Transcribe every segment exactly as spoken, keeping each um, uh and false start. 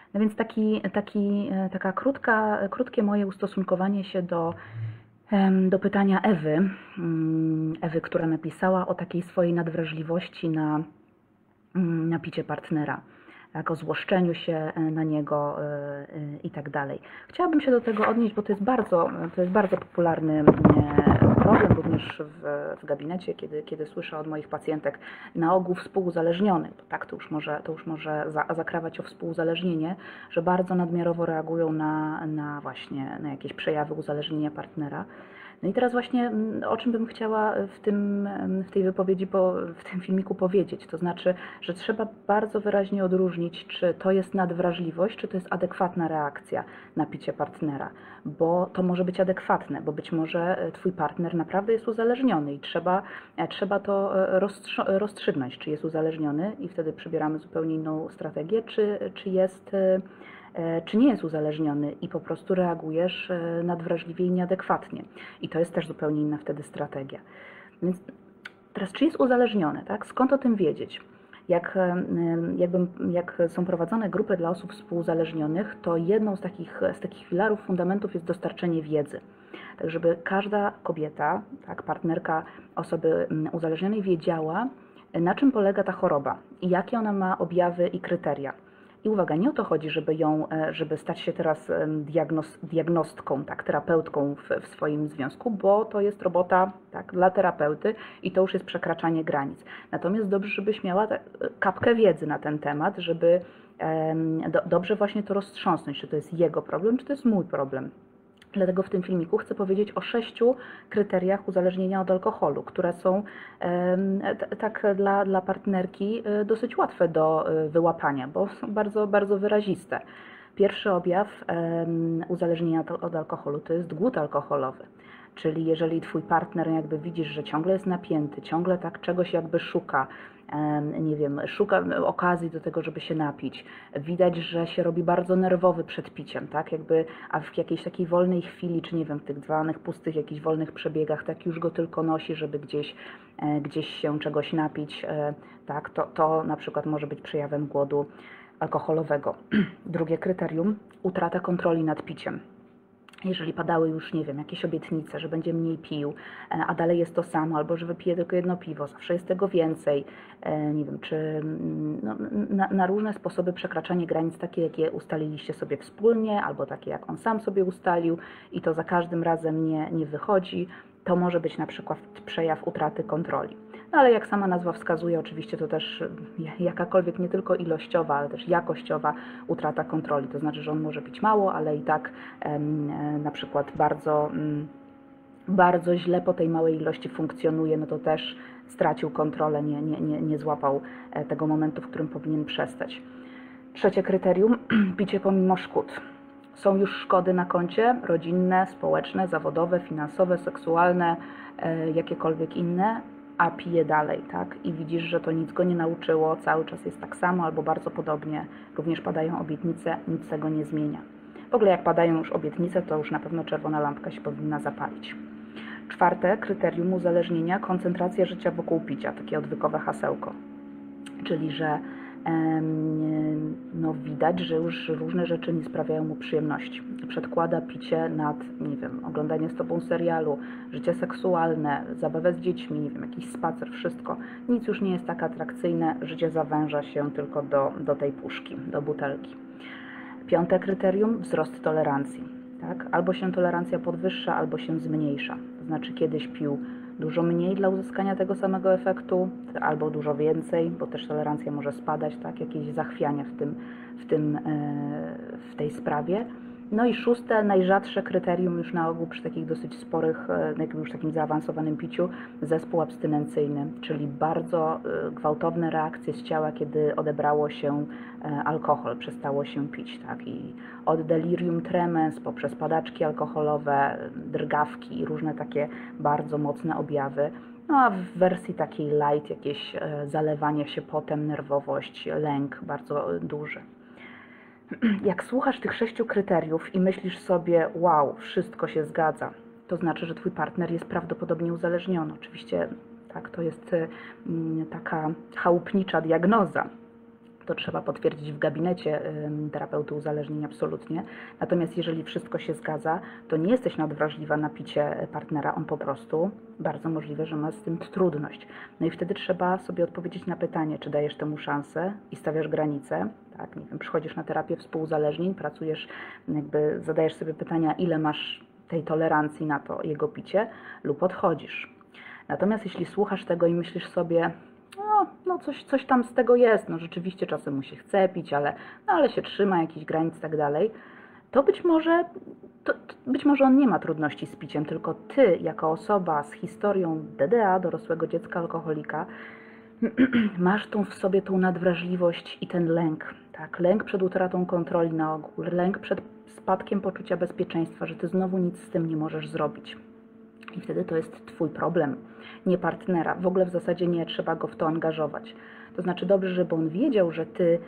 No więc taki, taki, taka krótka, krótkie moje ustosunkowanie się do, do pytania Ewy, Ewy, która napisała o takiej swojej nadwrażliwości na, na picie partnera, tak, o złoszczeniu się na niego i tak dalej. Chciałabym się do tego odnieść, bo to jest bardzo, to jest bardzo popularny problem również w, w gabinecie, kiedy, kiedy słyszę od moich pacjentek, na ogół współuzależniony, bo tak to już może, to już może za, zakrawać o współuzależnienie, że bardzo nadmiarowo reagują na, na właśnie na jakieś przejawy uzależnienia partnera. No i teraz właśnie o czym bym chciała w, tym, w tej wypowiedzi, w tym filmiku powiedzieć, to znaczy, że trzeba bardzo wyraźnie odróżnić, czy to jest nadwrażliwość, czy to jest adekwatna reakcja na picie partnera, bo to może być adekwatne, bo być może Twój partner naprawdę jest uzależniony i trzeba, trzeba to rozstrzygnąć, czy jest uzależniony i wtedy przybieramy zupełnie inną strategię, czy, czy jest... czy nie jest uzależniony i po prostu reagujesz nadwrażliwie i nieadekwatnie. I to jest też zupełnie inna wtedy strategia. Więc teraz, czy jest uzależniony, tak? Skąd o tym wiedzieć? Jak, jakby, jak są prowadzone grupy dla osób współuzależnionych, to jedną z takich, z takich filarów, fundamentów jest dostarczenie wiedzy. Tak, żeby każda kobieta, tak, partnerka osoby uzależnionej wiedziała, na czym polega ta choroba i jakie ona ma objawy i kryteria. I uwaga, nie o to chodzi, żeby ją, żeby stać się teraz diagnoz, diagnostką, tak, terapeutką w, w swoim związku, bo to jest robota, tak, dla terapeuty i to już jest przekraczanie granic. Natomiast dobrze, żebyś miała kapkę wiedzy na ten temat, żeby do, dobrze właśnie to roztrząsnąć, czy to jest jego problem, czy to jest mój problem. Dlatego w tym filmiku chcę powiedzieć o sześciu kryteriach uzależnienia od alkoholu, które są tak dla, dla partnerki dosyć łatwe do wyłapania, bo są bardzo, bardzo wyraziste. Pierwszy objaw uzależnienia od alkoholu to jest głód alkoholowy. Czyli jeżeli Twój partner jakby widzisz, że ciągle jest napięty, ciągle tak czegoś jakby szuka, nie wiem, szuka okazji do tego, żeby się napić. Widać, że się robi bardzo nerwowy przed piciem, tak? Jakby, a w jakiejś takiej wolnej chwili, czy nie wiem, w tych zwanych pustych, jakichś wolnych przebiegach, tak już go tylko nosi, żeby gdzieś, gdzieś się czegoś napić, tak? To, to na przykład może być przejawem głodu alkoholowego. Drugie kryterium, utrata kontroli nad piciem. Jeżeli padały już, nie wiem, jakieś obietnice, że będzie mniej pił, a dalej jest to samo, albo że wypije tylko jedno piwo, zawsze jest tego więcej, nie wiem, czy no, na, na różne sposoby przekraczanie granic, takie jakie ustaliliście sobie wspólnie, albo takie jak on sam sobie ustalił i to za każdym razem nie, nie wychodzi, to może być na przykład przejaw utraty kontroli. No ale jak sama nazwa wskazuje, oczywiście to też jakakolwiek nie tylko ilościowa, ale też jakościowa utrata kontroli. To znaczy, że on może pić mało, ale i tak na przykład bardzo, bardzo źle po tej małej ilości funkcjonuje, no to też stracił kontrolę, nie, nie, nie, nie złapał tego momentu, w którym powinien przestać. Trzecie kryterium, picie pomimo szkód. Są już szkody na koncie, rodzinne, społeczne, zawodowe, finansowe, seksualne, jakiekolwiek inne, a pije dalej, tak? I widzisz, że to nic go nie nauczyło, cały czas jest tak samo albo bardzo podobnie. Również padają obietnice, nic tego nie zmienia. W ogóle jak padają już obietnice, to już na pewno czerwona lampka się powinna zapalić. Czwarte kryterium uzależnienia, koncentracja życia wokół picia, takie odwykowe hasełko. Czyli, że no widać, że już różne rzeczy nie sprawiają mu przyjemności. Przedkłada picie nad, nie wiem, oglądanie z Tobą serialu, życie seksualne, zabawę z dziećmi, nie wiem, jakiś spacer, wszystko. Nic już nie jest tak atrakcyjne, życie zawęża się tylko do, do tej puszki, do butelki. Piąte kryterium, wzrost tolerancji. Tak? Albo się tolerancja podwyższa, albo się zmniejsza. To znaczy kiedyś pił dużo mniej dla uzyskania tego samego efektu, albo dużo więcej, bo też tolerancja może spadać, tak? Jakieś zachwiania w, tym, w, tym, w tej sprawie. No i szóste, najrzadsze kryterium już na ogół przy takich dosyć sporych, już takim zaawansowanym piciu, zespół abstynencyjny, czyli bardzo gwałtowne reakcje z ciała, kiedy odebrało się alkohol, przestało się pić, tak? I od delirium tremens poprzez padaczki alkoholowe, drgawki i różne takie bardzo mocne objawy. No a w wersji takiej light jakieś zalewanie się potem, nerwowość, lęk bardzo duży. Jak słuchasz tych sześciu kryteriów i myślisz sobie, wow, wszystko się zgadza, to znaczy, że Twój partner jest prawdopodobnie uzależniony. Oczywiście tak, to jest taka chałupnicza diagnoza. to trzeba potwierdzić w gabinecie terapeuty uzależnień absolutnie. Natomiast jeżeli wszystko się zgadza, to nie jesteś nadwrażliwa na picie partnera, on po prostu bardzo możliwe, że ma z tym trudność. No i wtedy trzeba sobie odpowiedzieć na pytanie, czy dajesz temu szansę i stawiasz granice, tak, nie wiem, przychodzisz na terapię współuzależnień, pracujesz, jakby zadajesz sobie pytania, ile masz tej tolerancji na to jego picie, lub odchodzisz. Natomiast jeśli słuchasz tego i myślisz sobie, no, no coś, coś tam z tego jest, no rzeczywiście czasem mu się chce pić, ale, no, ale się trzyma jakichś granic i tak dalej, to być może, to, to być może on nie ma trudności z piciem, tylko ty jako osoba z historią D D A, dorosłego dziecka alkoholika, masz tą w sobie tą nadwrażliwość i ten lęk, tak? Lęk przed utratą kontroli na ogół, lęk przed spadkiem poczucia bezpieczeństwa, że ty znowu nic z tym nie możesz zrobić. I wtedy to jest twój problem, nie partnera. W ogóle w zasadzie nie trzeba go w to angażować. To znaczy dobrze, żeby on wiedział, że ty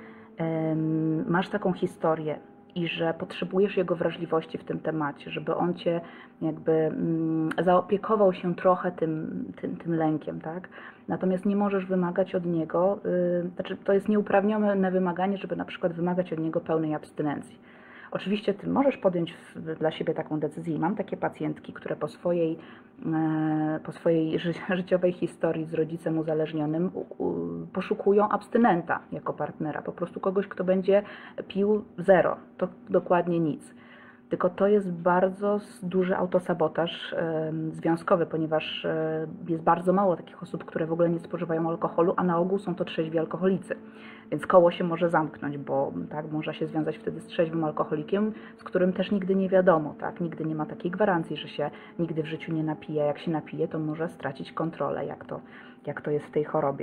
um, masz taką historię i że potrzebujesz jego wrażliwości w tym temacie, żeby on cię jakby um, zaopiekował się trochę tym, tym, tym lękiem, tak? Natomiast nie możesz wymagać od niego, yy, znaczy to jest nieuprawnione wymaganie, żeby na przykład wymagać od niego pełnej abstynencji. Oczywiście ty możesz podjąć dla siebie taką decyzję i mam takie pacjentki, które po swojej, po swojej życiowej historii z rodzicem uzależnionym poszukują abstynenta jako partnera, po prostu kogoś, kto będzie pił zero, to dokładnie nic. Tylko to jest bardzo duży autosabotaż związkowy, ponieważ jest bardzo mało takich osób, które w ogóle nie spożywają alkoholu, a na ogół są to trzeźwi alkoholicy. Więc koło się może zamknąć, bo tak, można się związać wtedy z trzeźwym alkoholikiem, z którym też nigdy nie wiadomo, tak? Nigdy nie ma takiej gwarancji, że się nigdy w życiu nie napije. Jak się napije, to może stracić kontrolę, jak to, jak to jest w tej chorobie.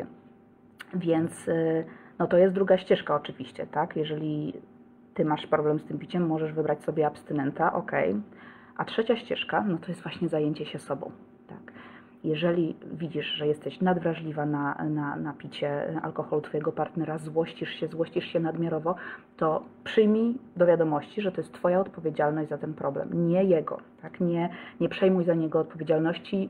Więc no to jest druga ścieżka oczywiście, tak? Jeżeli ty masz problem z tym piciem, możesz wybrać sobie abstynenta, ok. A trzecia ścieżka, no to jest właśnie zajęcie się sobą, tak. Jeżeli widzisz, że jesteś nadwrażliwa na, na, na picie alkoholu twojego partnera, złościsz się, złościsz się nadmiarowo, to przyjmij do wiadomości, że to jest twoja odpowiedzialność za ten problem, nie jego, tak. Nie, nie przejmuj za niego odpowiedzialności.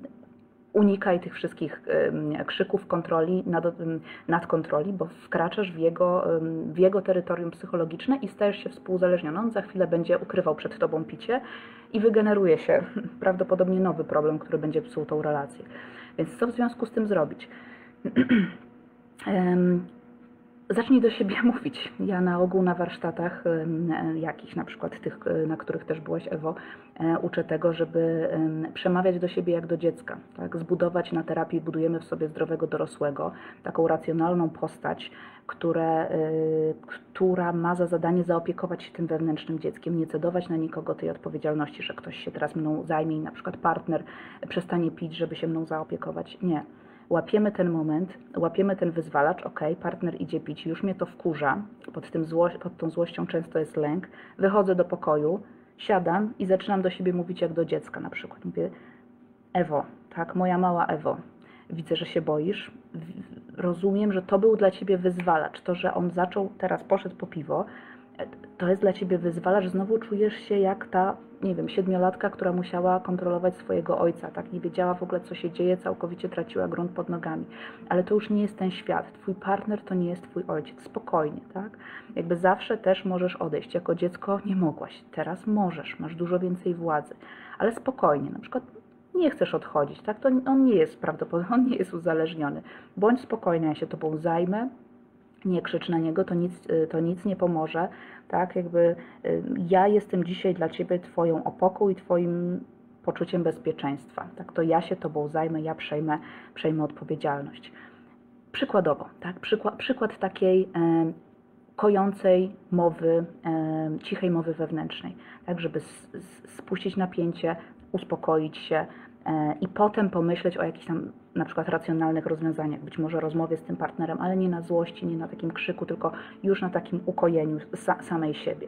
Unikaj tych wszystkich krzyków kontroli, nad, nadkontroli, bo wkraczasz w jego, w jego terytorium psychologiczne i stajesz się współuzależniony. On za chwilę będzie ukrywał przed tobą picie i wygeneruje się prawdopodobnie nowy problem, który będzie psuł tą relację. Więc co w związku z tym zrobić? Zacznij do siebie mówić. Ja na ogół na warsztatach jakichś, na przykład tych, na których też byłaś, Ewo, uczę tego, żeby przemawiać do siebie jak do dziecka. Tak? Zbudować na terapii, budujemy w sobie zdrowego dorosłego, taką racjonalną postać, które, która ma za zadanie zaopiekować się tym wewnętrznym dzieckiem, nie cedować na nikogo tej odpowiedzialności, że ktoś się teraz mną zajmie i na przykład partner przestanie pić, żeby się mną zaopiekować. Nie. Łapiemy ten moment, łapiemy ten wyzwalacz, ok, partner idzie pić, już mnie to wkurza, pod, tym zło, pod tą złością często jest lęk, wychodzę do pokoju, siadam i zaczynam do siebie mówić jak do dziecka na przykład. Mówię, Ewo, tak, moja mała Ewo, widzę, że się boisz, rozumiem, że to był dla ciebie wyzwalacz, to, że on zaczął, teraz poszedł po piwo, to jest dla ciebie wyzwalacz, znowu czujesz się jak ta, nie wiem, siedmiolatka, która musiała kontrolować swojego ojca, tak, nie wiedziała w ogóle, co się dzieje, całkowicie traciła grunt pod nogami. Ale to już nie jest ten świat, twój partner to nie jest twój ojciec, spokojnie, tak. Jakby zawsze też możesz odejść, jako dziecko nie mogłaś, teraz możesz, masz dużo więcej władzy, ale spokojnie, na przykład nie chcesz odchodzić, tak, to on nie jest prawdopodobnie, on nie jest uzależniony, bądź spokojna, ja się tobą zajmę, nie krzycz na niego, to nic, to nic nie pomoże, tak, jakby ja jestem dzisiaj dla ciebie twoją opoką i twoim poczuciem bezpieczeństwa, tak, to ja się tobą zajmę, ja przejmę, przejmę odpowiedzialność. Przykładowo, tak, przykład, przykład takiej e, kojącej mowy, e, cichej mowy wewnętrznej, tak, żeby s, s, spuścić napięcie, uspokoić się e, i potem pomyśleć o jakichś tam na przykład racjonalnych rozwiązaniach, być może rozmowie z tym partnerem, ale nie na złości, nie na takim krzyku, tylko już na takim ukojeniu sa samej siebie.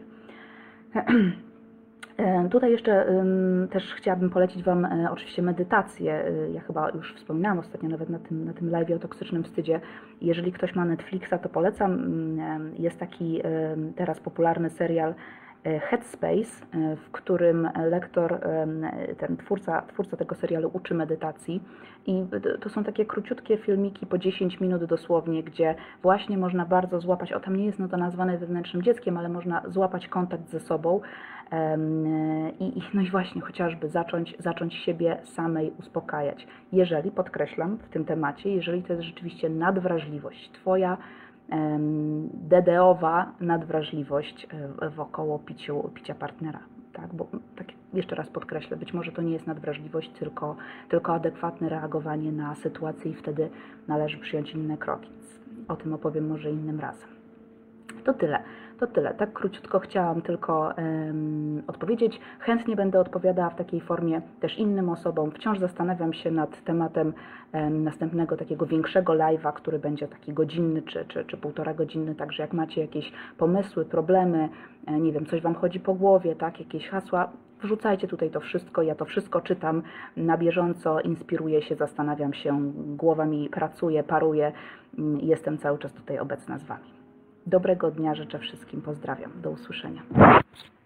Tutaj jeszcze um, też chciałabym polecić Wam e, oczywiście medytację. Ja chyba już wspominałam ostatnio nawet na tym, na tym live'ie o toksycznym wstydzie. Jeżeli ktoś ma Netflixa, to polecam. Jest taki e, teraz popularny serial Headspace, w którym lektor, ten twórca, twórca tego serialu uczy medytacji i to są takie króciutkie filmiki po dziesięć minut dosłownie, gdzie właśnie można bardzo złapać, o tam nie jest no to nazwane wewnętrznym dzieckiem, ale można złapać kontakt ze sobą i, no i właśnie chociażby zacząć, zacząć siebie samej uspokajać. Jeżeli, podkreślam w tym temacie, jeżeli to jest rzeczywiście nadwrażliwość, Twoja D D-owa nadwrażliwość wokoło piciu, picia partnera. Tak, bo tak jeszcze raz podkreślę, być może to nie jest nadwrażliwość, tylko, tylko adekwatne reagowanie na sytuację i wtedy należy przyjąć inne kroki. O tym opowiem może innym razem. To tyle. To tyle. Tak króciutko chciałam tylko um, odpowiedzieć. Chętnie będę odpowiadała w takiej formie też innym osobom. Wciąż zastanawiam się nad tematem um, następnego takiego większego live'a, który będzie taki godzinny czy, czy, czy półtora godzinny. Także jak macie jakieś pomysły, problemy, nie wiem, coś Wam chodzi po głowie, tak, jakieś hasła, wrzucajcie tutaj to wszystko. Ja to wszystko czytam na bieżąco, inspiruję się, zastanawiam się, głowa mi pracuje, paruje i jestem cały czas tutaj obecna z Wami. Dobrego dnia życzę wszystkim, pozdrawiam, do usłyszenia.